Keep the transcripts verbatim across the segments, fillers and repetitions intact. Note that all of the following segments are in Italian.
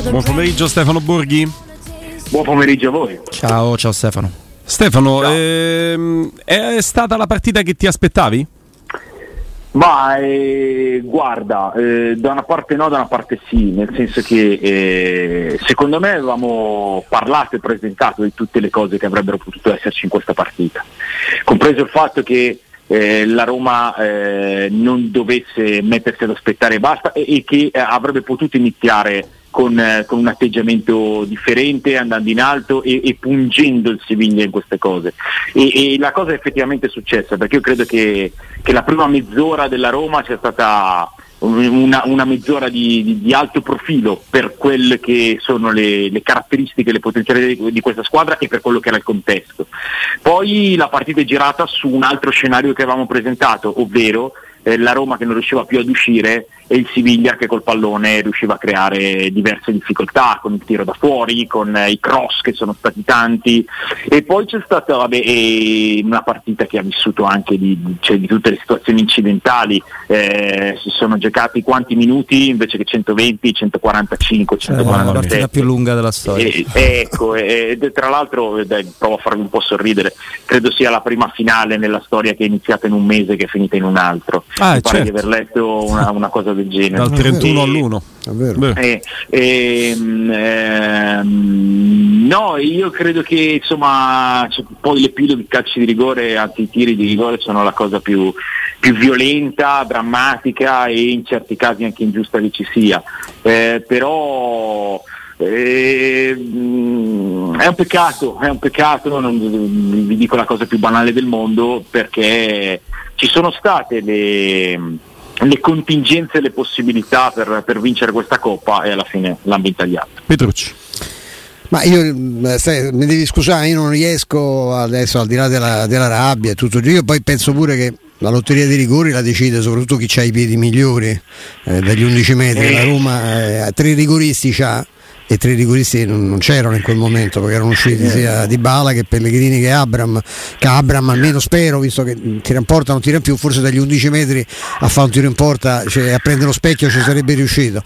Buon pomeriggio Stefano Borghi. Buon pomeriggio a voi. Ciao, ciao Stefano. Stefano, ehm, è stata la partita che ti aspettavi? Ma eh, guarda, eh, da una parte no, da una parte sì, nel senso che eh, secondo me avevamo parlato e presentato di tutte le cose che avrebbero potuto esserci in questa partita, compreso il fatto che eh, la Roma eh, non dovesse mettersi ad aspettare e basta e, e che eh, avrebbe potuto iniziare Con, eh, con un atteggiamento differente, andando in alto e, e pungendo il Siviglia in queste cose. E, e la cosa è effettivamente successa, perché io credo che, che la prima mezz'ora della Roma sia stata una, una mezz'ora di, di, di alto profilo per quelle che sono le, le caratteristiche, le potenzialità di, di questa squadra e per quello che era il contesto. Poi la partita è girata su un altro scenario che avevamo presentato, ovvero eh, la Roma che non riusciva più ad uscire e il Siviglia che col pallone riusciva a creare diverse difficoltà con il tiro da fuori, con eh, i cross che sono stati tanti, e poi c'è stata vabbè, eh, una partita che ha vissuto anche di, cioè, di tutte le situazioni incidentali, eh, si sono giocati quanti minuti invece che centoventi, centoquarantacinque, centoquarantasette, la partita più lunga della storia. E, ecco, e, e tra l'altro dai, provo a farvi un po' sorridere, credo sia la prima finale nella storia che è iniziata in un mese che è finita in un altro. Ah, mi pare certo. di aver letto una, una cosa del genere. Dal trentuno e, all'uno. È vero. E, e, ehm, no, io credo che insomma poi le pile di calci di rigore, anzi i tiri di rigore sono la cosa più, più violenta, drammatica e in certi casi anche ingiusta che ci sia, eh, però Eh, è un peccato, è un peccato, non, vi dico la cosa più banale del mondo, perché ci sono state le, le contingenze e le possibilità per, per vincere questa Coppa e alla fine l'hanno intagliata. Petrucci. Ma io stai, mi devi scusare, io non riesco adesso, al di là della, della rabbia e tutto, io poi penso pure che la lotteria dei rigori la decide soprattutto chi ha i piedi migliori, eh, dagli undici metri. La Roma eh, tre rigoristi c'ha e tre rigoristi non, non c'erano in quel momento, perché erano usciti sia Dybala che Pellegrini che Abram, che Abram almeno spero, visto che tira in porta non tira più, forse dagli undici metri a fare un tiro in porta, cioè a prendere lo specchio ci sarebbe riuscito,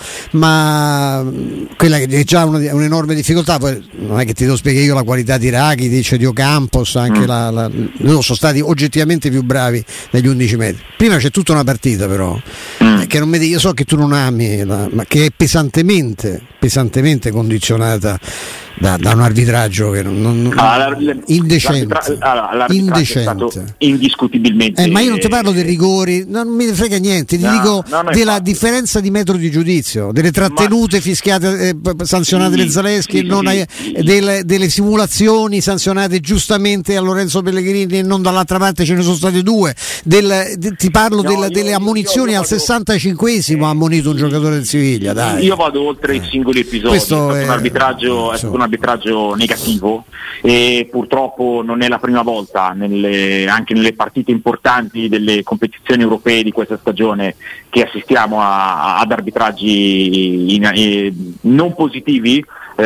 ma quella che è già una, un'enorme difficoltà. Poi non è che ti devo spiegare io la qualità di Rakitic, di Ocampos, anche mm. la, la, loro sono stati oggettivamente più bravi dagli undici metri. Prima c'è tutta una partita però mm. che non mi, io so che tu non ami la, ma che è pesantemente pesantemente condizionata da, da un arbitraggio che non, non, allora, indecente, allora, indecente. È stato indiscutibilmente. Eh, ma io non ti parlo dei rigori, non mi frega niente, ti no, dico no, no, della infatti. differenza di metro di giudizio, delle trattenute ma... fischiate, eh, sanzionate sì, da Zaleschi, sì, non hai, sì. delle, delle simulazioni sanzionate giustamente a Lorenzo Pellegrini e non dall'altra parte ce ne sono state due. Del, de, ti parlo no, della, io, delle ammonizioni io, io al vado... sessantacinquesimo ha ammonito un giocatore del Siviglia. Dai. Io vado oltre i singoli episodi. Questo è stato è... un arbitraggio, è stato un arbitraggio negativo e purtroppo non è la prima volta nelle, anche nelle partite importanti delle competizioni europee di questa stagione che assistiamo a, ad arbitraggi in, eh, non positivi.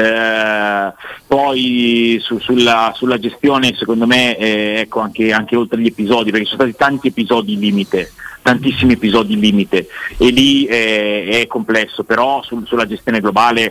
Eh, poi su, sulla, sulla gestione secondo me eh, ecco anche, anche oltre gli episodi, perché sono stati tanti episodi limite, tantissimi episodi limite e lì eh, è complesso, però sul, sulla gestione globale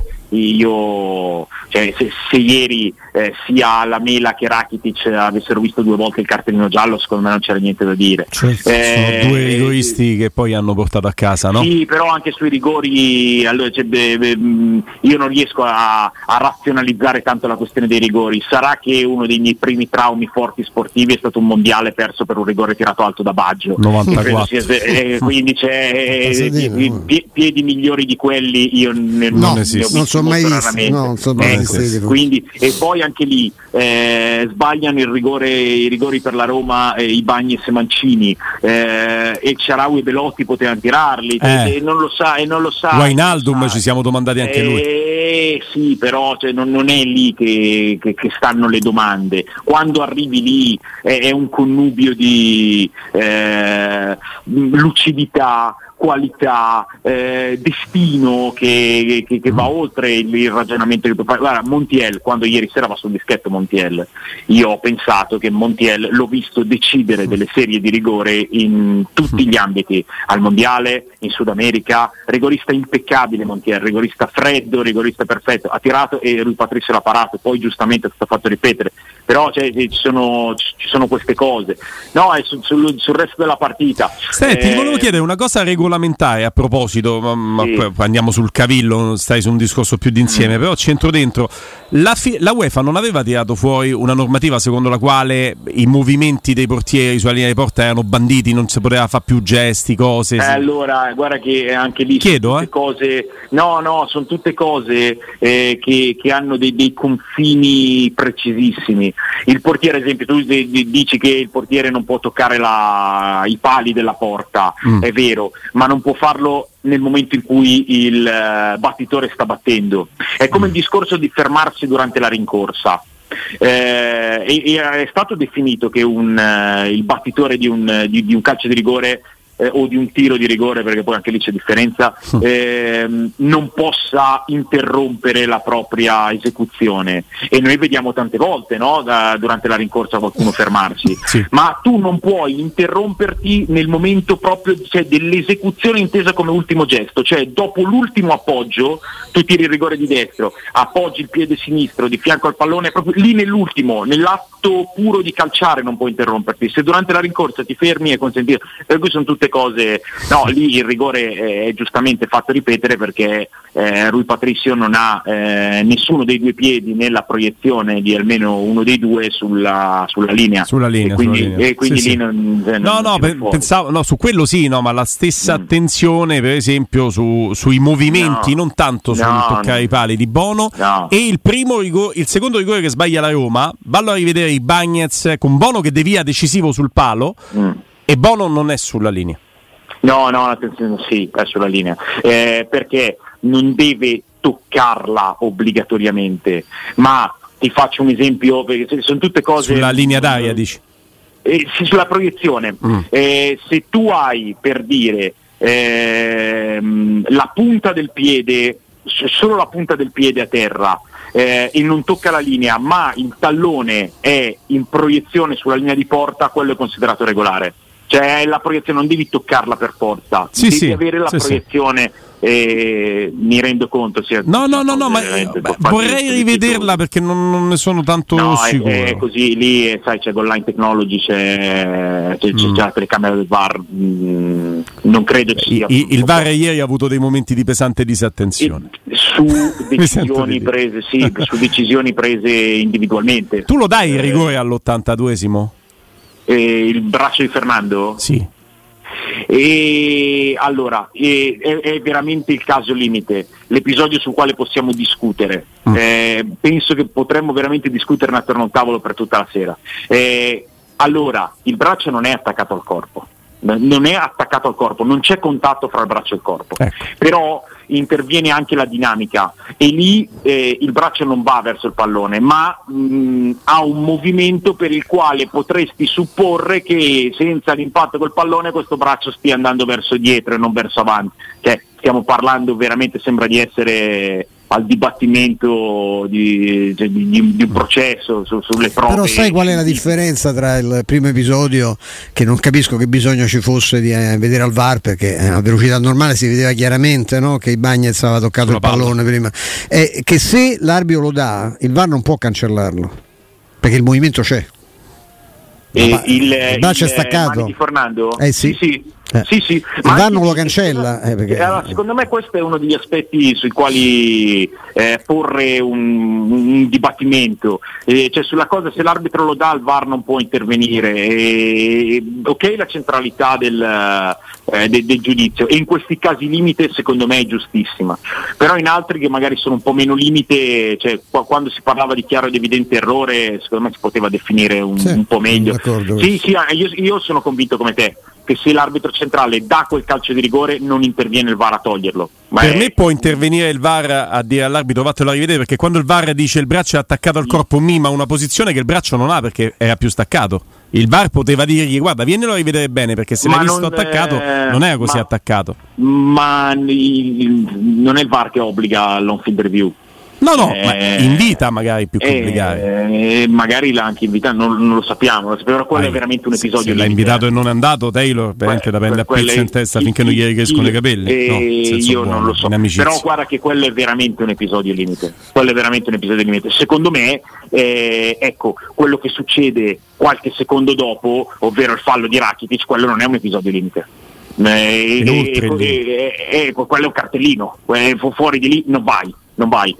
io cioè, se, se ieri eh, sia la Mela che Rakitic avessero visto due volte il cartellino giallo, secondo me non c'era niente da dire. Cioè, eh, sono due rigoristi eh, che poi hanno portato a casa, no? Sì, però anche sui rigori allora, cioè, beh, beh, io non riesco a, a razionalizzare tanto la questione dei rigori. Sarà che uno dei miei primi traumi forti sportivi è stato un mondiale perso per un rigore tirato alto da Baggio novantaquattro. Eh, quindi c'è eh, dire, pie, piedi migliori di quelli io ne, no, non, esisto, ne ho non sono mai visti, no, non so mai ecco, visti. Quindi, e poi anche lì eh, sbagliano il rigore, i rigori per la Roma, eh, i Bagnis e Mancini, eh, e Shaarawy e Belotti potevano tirarli eh. e non lo sa e non lo sa Wijnaldum ci siamo domandati anche eh, lui sì, però cioè, non, non è lì che, che, che stanno le domande. Quando arrivi lì è, è un connubio di eh, lucidità, qualità, eh, destino che, che, che va oltre il, il ragionamento che fare. Guarda, Montiel, quando ieri sera va sul dischetto Montiel, io ho pensato che Montiel l'ho visto decidere delle serie di rigore in tutti gli ambiti, al mondiale, in Sud America, rigorista impeccabile Montiel, rigorista freddo, rigorista perfetto, ha tirato e Rui Patricio l'ha parato, poi giustamente è stato fatto ripetere, però cioè, ci, sono, ci sono queste cose, no, è sul, sul, sul resto della partita. Senti, eh, ti volevo chiedere una cosa regolamentare a proposito, ma, ma sì. poi andiamo sul cavillo, stai su un discorso più d'insieme, mm. però c'entro dentro, la, fi- la UEFA non aveva tirato fuori una normativa secondo la quale i movimenti dei portieri sulla linea di porta erano banditi, non si poteva fare più gesti, cose? Eh, sì. Allora, guarda che anche lì Chiedo, sono tutte eh? cose, no, no, sono tutte cose eh, che, che hanno dei, dei confini precisissimi. Il portiere, ad esempio, tu d- d- dici che il portiere non può toccare la, i pali della porta, mm. è vero, ma non può farlo nel momento in cui il uh, battitore sta battendo. È come il discorso di fermarsi durante la rincorsa. Eh, e, e è stato definito che un, uh, il battitore di un, di, di un calcio di rigore eh, o di un tiro di rigore, perché poi anche lì c'è differenza, eh, non possa interrompere la propria esecuzione, e noi vediamo tante volte, no, da, durante la rincorsa qualcuno fermarsi, sì. Ma tu non puoi interromperti nel momento proprio, cioè, dell'esecuzione intesa come ultimo gesto, cioè dopo l'ultimo appoggio tu tiri il rigore di destro, appoggi il piede sinistro di fianco al pallone, proprio lì nell'ultimo, nell'atto puro di calciare non puoi interromperti. Se durante la rincorsa ti fermi è consentito, per cui sono tutte cose, no, lì il rigore è giustamente fatto ripetere, perché eh, Rui Patricio non ha eh, nessuno dei due piedi nella proiezione di almeno uno dei due sulla, sulla linea, sulla linea, e quindi, sulla linea. E quindi sì, lì sì. non, non no no pe- pensavo no su quello sì, no, ma la stessa mm. attenzione per esempio su, sui movimenti, no. non tanto sul no, toccare no. i pali di Bono, no. E il primo rigore, il secondo rigore che sbaglia la Roma, vallo a rivedere i Bagnez con Bono che devia decisivo sul palo mm. e Bono non è sulla linea. No, no, attenzione, sì, è sulla linea, eh, perché non deve toccarla obbligatoriamente, ma ti faccio un esempio, perché sono tutte cose... Sulla linea d'aria, eh, dici? Eh, sì, sulla proiezione. Mm. Eh, se tu hai, per dire, ehm, la punta del piede, solo la punta del piede a terra, eh, e non tocca la linea, ma il tallone è in proiezione sulla linea di porta, quello è considerato regolare. Cioè la proiezione, non devi toccarla per forza, sì, devi sì, avere la sì, proiezione, sì. E mi rendo conto sia no no no no ma beh, vorrei rivederla perché non, non ne sono tanto no, sicuro. È, è così, lì sai, c'è Goal Line Technology, c'è, c'è, mm. c'è la telecamera del V A R, mh, non credo ci sia. Il, il V A R ieri ha avuto dei momenti di pesante disattenzione e, su decisioni prese, sì, su decisioni prese individualmente. Tu lo dai il rigore all'ottantaduesimo? Eh, il braccio di Fernando? Sì. E allora è, è veramente il caso limite, l'episodio sul quale possiamo discutere. Mm. Eh, penso che potremmo veramente discuterne attorno a un tavolo per tutta la sera. Eh, allora, il braccio non è attaccato al corpo, non è attaccato al corpo, non c'è contatto fra il braccio e il corpo, ecco. Però interviene anche la dinamica e lì eh, il braccio non va verso il pallone, ma mh, ha un movimento per il quale potresti supporre che senza l'impatto col pallone questo braccio stia andando verso dietro e non verso avanti. Cioè, stiamo parlando veramente, sembra di essere al dibattimento di, di, di, di un processo su, sulle prove. Però sai qual è la differenza tra il primo episodio, che non capisco che bisogno ci fosse di eh, vedere al V A R, perché a velocità normale si vedeva chiaramente, no, che i Bagnez aveva toccato Sulla il pallone palla. prima, e che se l'arbitro lo dà il V A R non può cancellarlo perché il movimento c'è. E ma, il, il braccio il, è staccato. Mani di Fernando? Eh sì. Sì, sì. Eh. Sì, sì. Il V A R non lo cancella. Eh, perché... allora, secondo me questo è uno degli aspetti sui quali eh, porre un, un dibattimento. Eh, cioè sulla cosa, se l'arbitro lo dà, il V A R non può intervenire. Eh, ok, la centralità del, eh, de, del giudizio, e in questi casi limite secondo me è giustissima. Però in altri che magari sono un po' meno limite, cioè qua, quando si parlava di chiaro ed evidente errore, secondo me si poteva definire un, sì, un po' meglio. Sì, sì, io, io sono convinto come te che se l'arbitro centrale dà quel calcio di rigore non interviene il V A R a toglierlo. Ma per è... me può intervenire il V A R a dire all'arbitro vattelo a rivedere, perché quando il V A R dice il braccio è attaccato al corpo, mima una posizione che il braccio non ha perché era più staccato. il V A R poteva dirgli guarda vienilo a rivedere bene perché se ma l'hai visto non, attaccato eh, non era così ma, attaccato. Ma il, non è il V A R che obbliga l'on field review. No, no, eh, ma invita magari più che eh, obbligare. Eh, magari l'ha anche invitato, non, non lo sappiamo, però quello ah, è veramente un episodio. Se l'ha invitato e non è andato, Taylor, veramente da prendere a pezzi in testa finché non gli crescono i capelli. Eh, no, io buono, non lo so, però guarda che quello è veramente un episodio limite. Quello è veramente un episodio limite. Secondo me, eh, ecco, quello che succede qualche secondo dopo, ovvero il fallo di Rakitic, quello non è un episodio limite. Eh, eh, eh, eh, quello è un cartellino, eh, fuori di lì non vai. non vai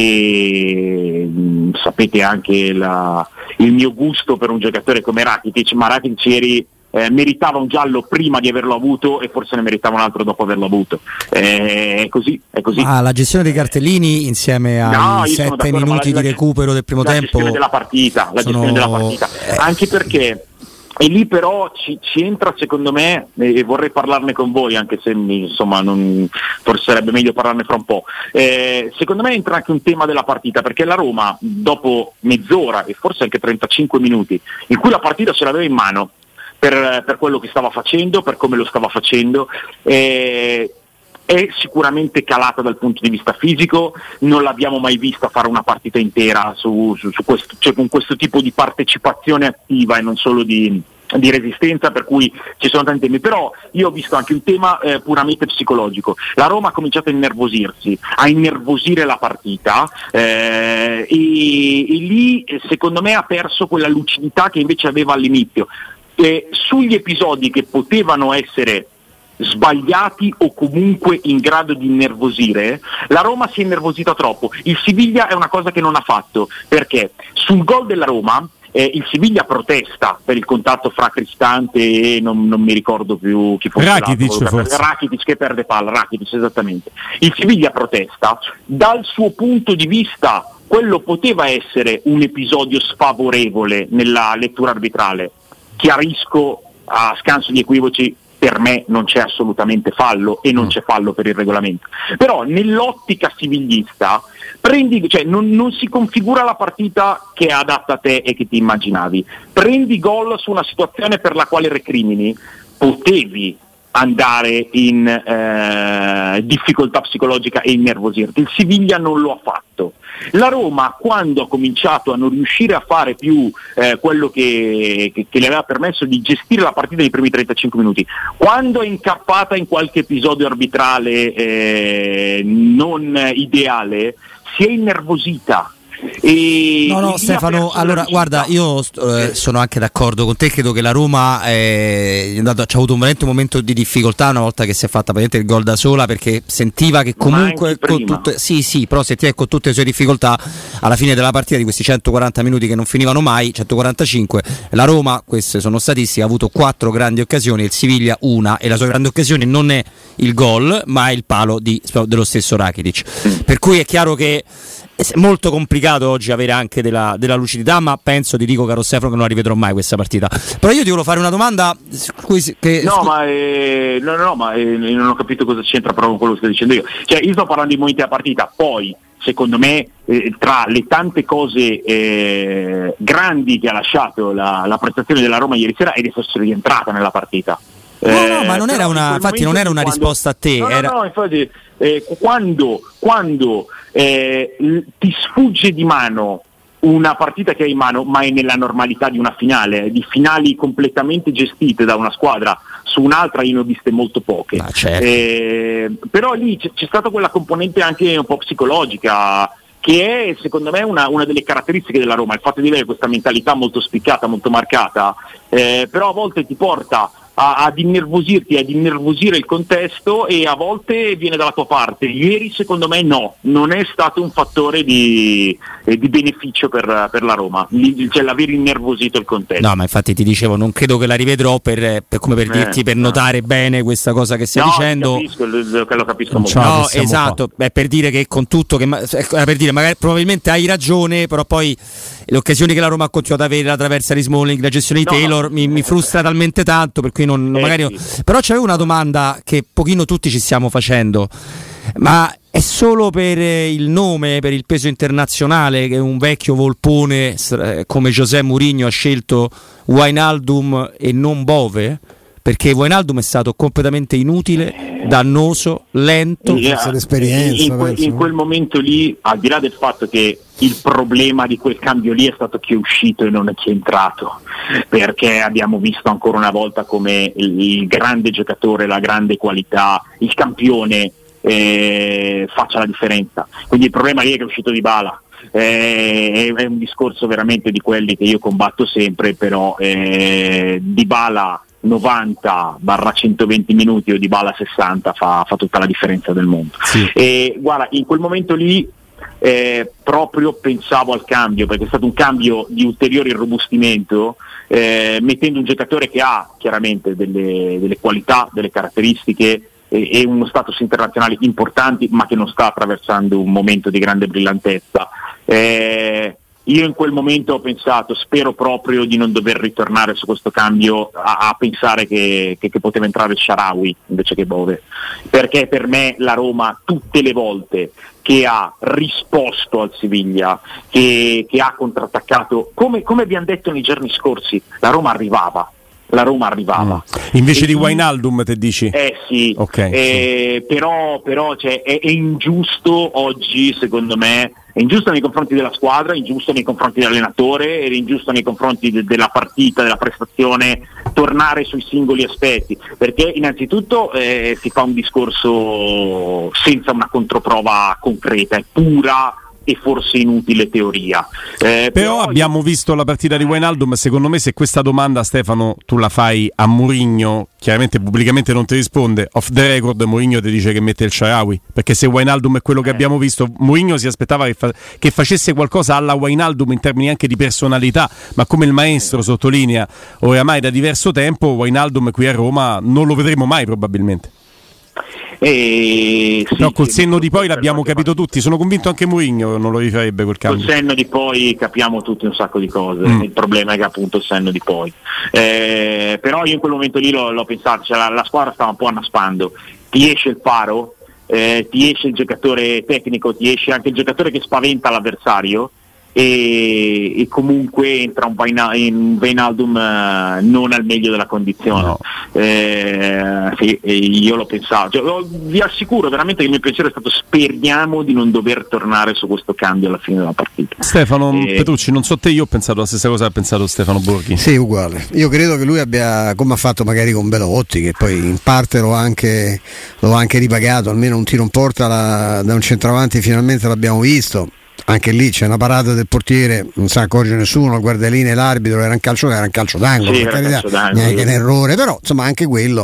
e mh, sapete anche la, il mio gusto per un giocatore come Rakitic, ma Rakitic ieri eh, meritava un giallo prima di averlo avuto e forse ne meritava un altro dopo averlo avuto, eh, è così, è così. Ah, la gestione dei cartellini insieme ai no, sette minuti la, di recupero del primo la tempo gestione della partita, la sono... gestione della partita, anche perché e lì però ci, ci entra secondo me, e vorrei parlarne con voi anche se insomma non, forse sarebbe meglio parlarne fra un po', eh, secondo me entra anche un tema della partita, perché la Roma dopo mezz'ora e forse anche trentacinque minuti in cui la partita ce l'aveva in mano per, per quello che stava facendo, per come lo stava facendo, eh, è sicuramente calata dal punto di vista fisico, non l'abbiamo mai vista fare una partita intera su, su, su questo, cioè con questo tipo di partecipazione attiva e non solo di, di resistenza, per cui ci sono tanti temi, però io ho visto anche un tema eh, puramente psicologico. La Roma ha cominciato a innervosirsi, a innervosire la partita eh, e, e lì secondo me ha perso quella lucidità che invece aveva all'inizio. Eh, sugli episodi che potevano essere sbagliati o comunque in grado di innervosire, la Roma si è innervosita troppo. Il Siviglia è una cosa che non ha fatto, perché sul gol della Roma eh, il Siviglia protesta per il contatto fra Cristante e non, non mi ricordo più chi fosse Rakitic, forse. Rakitic che perde palla, Rakitic esattamente. Il Siviglia protesta, dal suo punto di vista quello poteva essere un episodio sfavorevole nella lettura arbitrale. Chiarisco a scanso di equivoci, per me non c'è assolutamente fallo e non mm. c'è fallo per il regolamento, però nell'ottica siviglista prendi, cioè non, non si configura la partita che è adatta a te e che ti immaginavi, prendi gol su una situazione per la quale recrimini, potevi andare in eh, difficoltà psicologica e innervosirti. Il Siviglia non lo ha fatto. La Roma, quando ha cominciato a non riuscire a fare più eh, quello che, che, che le aveva permesso di gestire la partita nei primi trentacinque minuti, quando è incappata in qualche episodio arbitrale eh, non ideale, si è innervosita. E no no Stefano, allora guarda, io eh, sono anche d'accordo con te, credo che la Roma è andato, c'ha avuto un veramente un momento di difficoltà una volta che si è fatta praticamente il gol da sola, perché sentiva che comunque con tutte, sì sì però sentiva che con tutte le sue difficoltà alla fine della partita, di questi centoquaranta minuti che non finivano mai, centoquarantacinque, la Roma, queste sono statistiche, ha avuto quattro grandi occasioni, il Siviglia una, e la sua grande occasione non è il gol ma è il palo di, dello stesso Rakitic, per cui è chiaro che è molto complicato oggi avere anche della, della lucidità, ma penso, ti dico caro Stefano, che non la rivedrò mai questa partita. Però io ti volevo fare una domanda che, no, ma eh, no, no, ma eh, non ho capito cosa c'entra proprio con quello che sto dicendo io. Cioè, io sto parlando di momenti della partita, poi secondo me eh, tra le tante cose eh, grandi che ha lasciato la, la prestazione della Roma ieri sera è di essere rientrata nella partita. No, eh, no, ma non era una, infatti non era una quando, risposta a te. No, era... no, no, infatti eh, quando, quando eh, ti sfugge di mano una partita che hai in mano, ma è nella normalità di una finale, di finali completamente gestite da una squadra su un'altra, io ne ho viste molto poche. Ah, certo. eh, però lì c'è, c'è stata quella componente anche un po' psicologica, che è secondo me una, una delle caratteristiche della Roma, il fatto di avere questa mentalità molto spiccata, molto marcata, eh, però a volte ti porta A, ad innervosirti, ad innervosire il contesto, e a volte viene dalla tua parte. Ieri secondo me no, non è stato un fattore di, eh, di beneficio per, per la Roma, L- cioè l'aver innervosito il contesto. No, ma infatti ti dicevo, non credo che la rivedrò per, per come per eh, dirti, per no. notare bene questa cosa che stai no, dicendo. Capisco, lo, lo capisco molto. No, esatto, beh, per dire che con tutto, che, per dire, magari probabilmente hai ragione, però poi le occasioni che la Roma ha continuato ad avere, la traversa di Smalling, la gestione di no, Taylor, no. Mi, mi frustra talmente tanto, per cui non, eh, magari sì. Però c'avevo una domanda che pochino tutti ci stiamo facendo, ma è solo per il nome, per il peso internazionale che un vecchio volpone come José Mourinho ha scelto Wijnaldum e non Bove? Perché Wijnaldum è stato completamente inutile, dannoso, lento. Yeah. L'esperienza, in, in, que- in quel momento lì, al di là del fatto che il problema di quel cambio lì è stato chi è uscito e non è chi è entrato, perché abbiamo visto ancora una volta come il, il grande giocatore, la grande qualità, il campione eh, faccia la differenza. Quindi il problema lì è che è uscito Dybala. Eh, è un discorso veramente di quelli che io combatto sempre, però eh, Dybala novanta centoventi minuti o Dybala sessanta fa, fa tutta la differenza del mondo. Sì. E guarda, in quel momento lì eh, proprio pensavo al cambio, perché è stato un cambio di ulteriore irrobustimento, eh, mettendo un giocatore che ha chiaramente delle, delle qualità, delle caratteristiche e, e uno status internazionale importanti, ma che non sta attraversando un momento di grande brillantezza. Eh, Io in quel momento ho pensato, spero proprio di non dover ritornare su questo cambio a, a pensare che, che, che poteva entrare il Shaarawy invece che Bove, perché per me la Roma tutte le volte che ha risposto al Siviglia, che, che ha contrattaccato, come, come abbiamo detto nei giorni scorsi, la Roma arrivava. La Roma arrivava mm. invece e di quindi, Wijnaldum te dici? Eh sì, okay, eh, sì. però, però cioè, è, è ingiusto oggi secondo me, è ingiusto nei confronti della squadra, è ingiusto nei confronti dell'allenatore, è ingiusto nei confronti de- della partita, della prestazione, tornare sui singoli aspetti, perché innanzitutto eh, si fa un discorso senza una controprova concreta, è pura e forse inutile teoria. Eh, però, però abbiamo visto la partita di Wijnaldum, secondo me se questa domanda, Stefano, tu la fai a Mourinho, chiaramente pubblicamente non ti risponde, off the record Mourinho ti dice che mette il Shaarawy, perché se Wijnaldum è quello che eh. abbiamo visto, Mourinho si aspettava che, fa- che facesse qualcosa alla Wijnaldum in termini anche di personalità, ma come il maestro sottolinea oramai da diverso tempo, Wijnaldum qui a Roma non lo vedremo mai probabilmente. E, sì, però col sì, senno di poi l'abbiamo capito parte. tutti, sono convinto anche Mourinho non lo rifarebbe quel cambio. Col senno di poi capiamo tutti un sacco di cose, mm. il problema è che appunto il senno di poi, eh, però io in quel momento lì l'ho, l'ho pensato, cioè la, la squadra stava un po' annaspando, ti esce il faro, eh, ti esce il giocatore tecnico, ti esce anche il giocatore che spaventa l'avversario e, e comunque entra un Wijnaldum uh, non al meglio della condizione. No. Eh, sì, io l'ho pensato, cioè, vi assicuro veramente che il mio pensiero è stato speriamo di non dover tornare su questo cambio alla fine della partita. Stefano eh, Petrucci, non so te, io ho pensato la stessa cosa che ha pensato Stefano Borghi. Sì, uguale. Io credo che lui abbia, come ha fatto magari con Belotti, che poi in parte l'ho anche, l'ho anche ripagato, almeno un tiro in porta la, da un centravanti finalmente l'abbiamo visto. Anche lì c'è una parata del portiere, non sa accorge nessuno, il guardaline, l'arbitro, era un calcio, era un calcio d'angolo, sì, per carità, calcio d'angolo, neanche un errore, però insomma anche quello.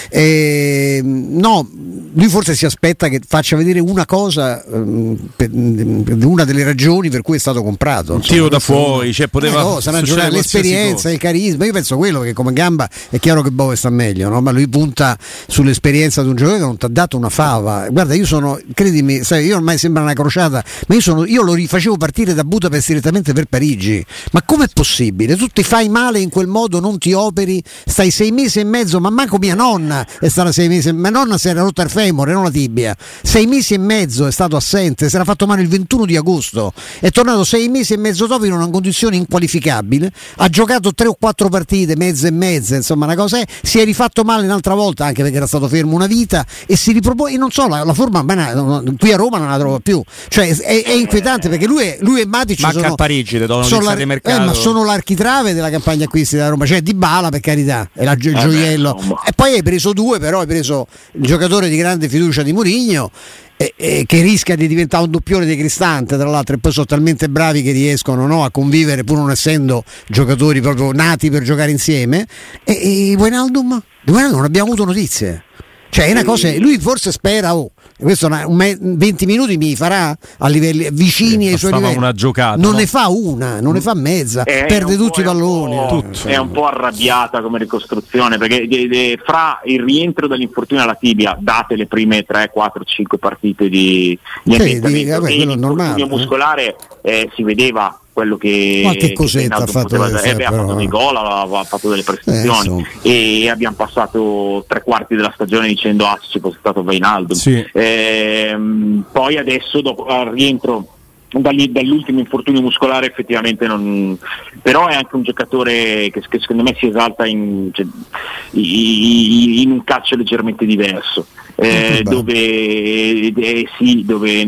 E, no, lui forse si aspetta che faccia vedere una cosa, um, per, una delle ragioni per cui è stato comprato. Un tiro da fuori, cioè poteva cosa, giocare, l'esperienza, il carisma. Io penso quello che come gamba è chiaro che Bove sta meglio, no? Ma lui punta sull'esperienza di un giocatore che non ti ha dato una fava. Guarda, io sono, credimi, sai, io ormai sembra una crociata, ma io sono, io lo rifacevo partire da Budapest direttamente per Parigi. Ma com'è possibile? Tu ti fai male in quel modo, non ti operi, stai sei mesi e mezzo, ma manco mia nonna è stata sei mesi, mia nonna si era rotta il femore, non la tibia, sei mesi e mezzo è stato assente, si era fatto male il ventuno di agosto, è tornato sei mesi e mezzo dopo in una condizione inqualificabile, ha giocato tre o quattro partite, mezze e mezze, insomma una cosa è, si è rifatto male un'altra volta anche perché era stato fermo una vita e si ripropone, e non so, la, la forma qui a Roma non la trova più, cioè è, è inquietante perché lui, è, lui e Matic manca sono, a Parigi, le sono, la, eh, ma sono l'architrave della campagna acquisti della Roma, cioè Dybala per carità è la, il eh gioiello beh, e poi hai preso due, però hai preso il giocatore di grande fiducia di Mourinho e, e che rischia di diventare un doppione di Cristante, tra l'altro, e poi sono talmente bravi che riescono, no, a convivere pur non essendo giocatori proprio nati per giocare insieme. E, e Wijnaldum? Di Wijnaldum non abbiamo avuto notizie, cioè è una cosa, lui forse spera, oh, questo una, un me, venti minuti mi farà a livelli vicini eh, ai suoi livelli, una giocata, non no? ne fa una, non ne fa mezza, è perde tutti i palloni, tutto. È un po' arrabbiata come ricostruzione perché de, de, fra il rientro dall'infortunio alla tibia, date le prime tre, quattro, cinque partite di, di sì, ambientamento, di, vabbè, e l'infortunio muscolare eh, si vedeva quello che qualche cosetta ha fatto, poteva, eh, beh, ha fatto dei gol, ha, ha fatto delle prestazioni eh, e abbiamo passato tre quarti della stagione dicendo ah ci fosse stato Wijnaldum sì. eh, poi adesso dopo al rientro dall'ultimo infortunio muscolare effettivamente non, però è anche un giocatore che, che secondo me si esalta in, cioè, in un calcio leggermente diverso eh, dove, eh, sì, dove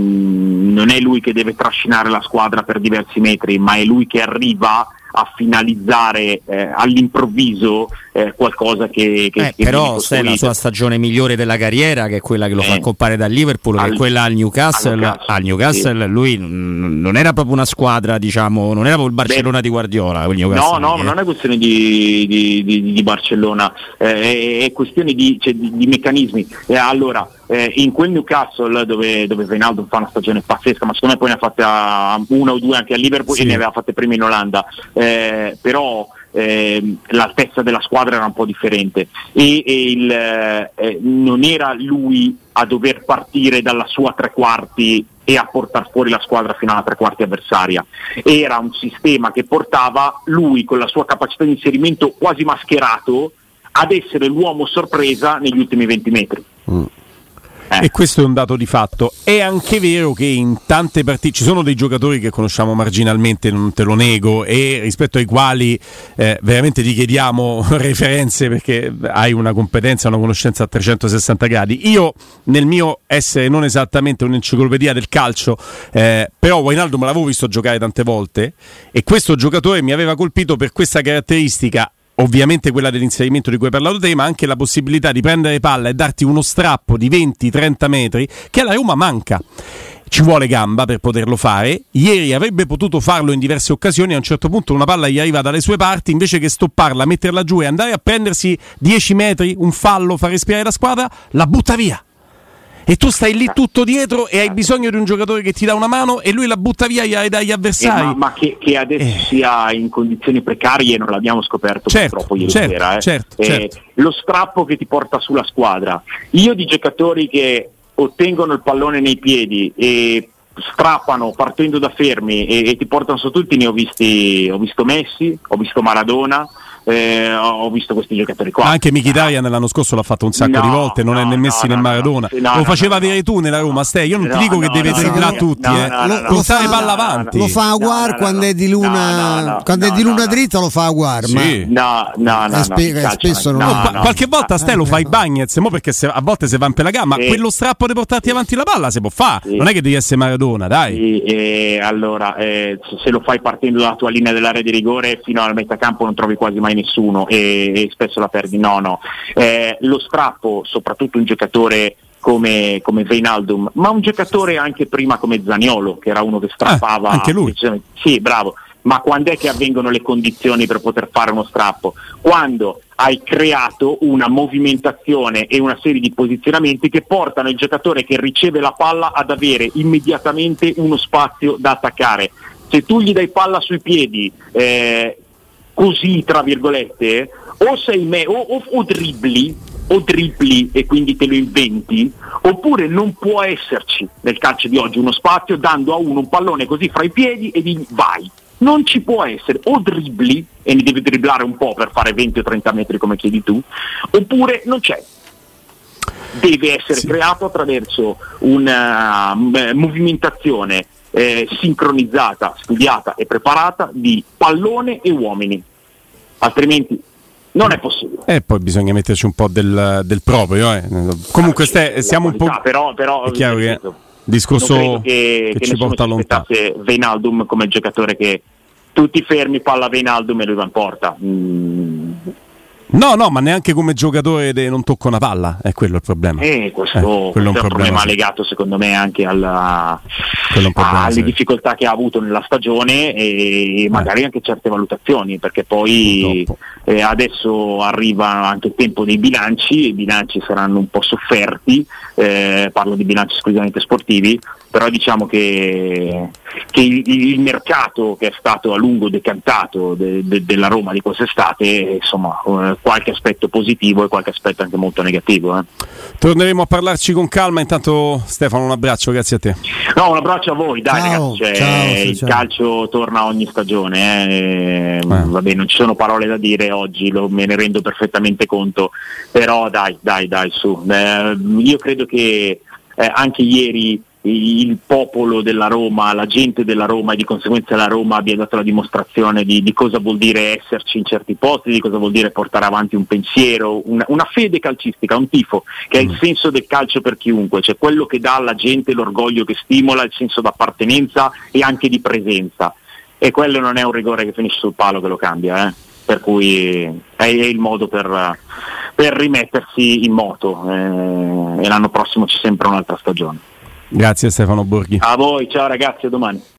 non, non è lui che deve trascinare la squadra per diversi metri, ma è lui che arriva a finalizzare eh, all'improvviso eh, qualcosa che, che, eh, che però se è la sua stagione migliore della carriera, che è quella che lo eh, fa compare dal Liverpool, al, che è quella al Newcastle, al Newcastle, al Newcastle sì. Lui n- non era proprio una squadra, diciamo, non era proprio il Barcellona Beh, di Guardiola. No, no, eh. non è questione di, di, di, di Barcellona, eh, è, è questione di, cioè, di, di meccanismi. Eh, allora, eh, in quel Newcastle dove, dove Wijnaldum fa una stagione pazzesca, ma secondo me poi ne ha fatte una o due anche a Liverpool sì. e ne aveva fatte prima in Olanda. Eh, però eh, l'altezza della squadra era un po' differente e, e il, eh, non era lui a dover partire dalla sua tre quarti e a portare fuori la squadra fino alla tre quarti avversaria, era un sistema che portava lui con la sua capacità di inserimento quasi mascherato ad essere l'uomo sorpresa negli ultimi venti metri. Mm. E questo è un dato di fatto. È anche vero che in tante partite ci sono dei giocatori che conosciamo marginalmente, non te lo nego, e rispetto ai quali eh, veramente ti chiediamo referenze perché hai una competenza, una conoscenza a trecentosessanta gradi. Io nel mio essere non esattamente un'enciclopedia del calcio, eh, però Wijnaldum me l'avevo visto giocare tante volte e questo giocatore mi aveva colpito per questa caratteristica. Ovviamente quella dell'inserimento di cui hai parlato te, ma anche la possibilità di prendere palla e darti uno strappo di venti trenta metri che alla Roma manca. Ci vuole gamba per poterlo fare. Ieri avrebbe potuto farlo in diverse occasioni. A un certo punto una palla gli arriva dalle sue parti, invece che stopparla, metterla giù e andare a prendersi dieci metri, un fallo, far respirare la squadra, la butta via. E tu stai lì tutto dietro e hai bisogno di un giocatore che ti dà una mano e lui la butta via dagli avversari. Eh, ma, ma che, che adesso eh. sia in condizioni precarie non l'abbiamo scoperto certo, purtroppo ieri certo, sera. Eh. Certo, eh, certo. Lo strappo che ti porta sulla squadra. Io di giocatori che ottengono il pallone nei piedi e strappano partendo da fermi e, e ti portano su tutti, ne ho visti, ho visto Messi, ho visto Maradona. Eh, ho visto questi giocatori qua. Anche Mkhitaryan l'anno scorso l'ha fatto un sacco no, di volte, non no, è né Messi no, né no, Maradona. no, no, lo faceva no, avere no, tu nella Roma, Ste. Io non no, ti dico no, che deve no, dribblare no, tutti, no, eh. no, no, no, portare no, palla no, avanti. Lo fa Aguar no, no, quando no, è di luna, no, no, no, quando no, è di luna no, dritta lo fa Aguar, sì. ma no, no, no, spe- no, spesso no, non no, no, no, qualche volta Ste lo fa i no. Bagnez, mo perché se, a volte si va in per la gamba, sì. quello strappo di portarti avanti la palla si può fare, sì. non è che devi essere Maradona, dai. Sì, eh, allora eh, se lo fai partendo dalla tua linea dell'area di rigore fino al metacampo non trovi quasi mai nessuno e, e spesso la perdi. No, no. Eh, lo strappo, soprattutto un giocatore come, come Wijnaldum, ma un giocatore anche prima come Zaniolo, che era uno che strappava. Ah, anche lui. Sì, bravo. Ma quando è che avvengono le condizioni per poter fare uno strappo? Quando hai creato una movimentazione e una serie di posizionamenti che portano il giocatore che riceve la palla ad avere immediatamente uno spazio da attaccare. Se tu gli dai palla sui piedi eh, così, tra virgolette, o sei me o, o, o dribbli o dribbli e quindi te lo inventi, oppure non può esserci nel calcio di oggi uno spazio dando a uno un pallone così fra i piedi e digli vai. Non ci può essere, o dribbli e ne devi dribblare un po' per fare venti o trenta metri come chiedi tu, oppure non c'è. Deve essere sì. creato attraverso una uh, movimentazione eh, sincronizzata, studiata e preparata di pallone e uomini, altrimenti non è possibile. E poi bisogna metterci un po' del, del proprio. Eh. Comunque ste, siamo un po'. Però, però è chiaro che discorso che, che, che ci porta lontano. Wijnaldum come il giocatore che tutti fermi, palla Wijnaldum e lui va in porta. Mm. No, no, ma neanche come giocatore de non tocca una palla, è quello il problema. Eh, questo, eh, questo è un problema, problema sì. legato secondo me anche alla, problema, alle sì. difficoltà che ha avuto nella stagione e magari eh. anche certe valutazioni, perché poi eh, adesso arriva anche il tempo dei bilanci, i bilanci saranno un po' sofferti, eh, parlo di bilanci esclusivamente sportivi, però diciamo che, che il, il mercato che è stato a lungo decantato de, de, della Roma di quest'estate, insomma, eh, qualche aspetto positivo e qualche aspetto anche molto negativo. Eh. Torneremo a parlarci con calma. Intanto Stefano, un abbraccio, grazie a te. No, un abbraccio a voi, dai ciao, ragazzi, cioè, ciao, il ciao. calcio torna ogni stagione, eh. Eh. Vabbè, non ci sono parole da dire oggi, lo, me ne rendo perfettamente conto, però dai, dai, dai, su. Eh, io credo che eh, anche ieri il popolo della Roma, la gente della Roma e di conseguenza la Roma abbia dato la dimostrazione di, di cosa vuol dire esserci in certi posti, di cosa vuol dire portare avanti un pensiero, una, una fede calcistica, un tifo, che è il senso del calcio per chiunque, cioè quello che dà alla gente l'orgoglio, che stimola il senso d'appartenenza e anche di presenza, e quello non è un rigore che finisce sul palo che lo cambia, eh? Per cui è, è il modo per, per rimettersi in moto, eh, e l'anno prossimo c'è sempre un'altra stagione. Grazie Stefano Borghi. A voi, ciao ragazzi, a domani.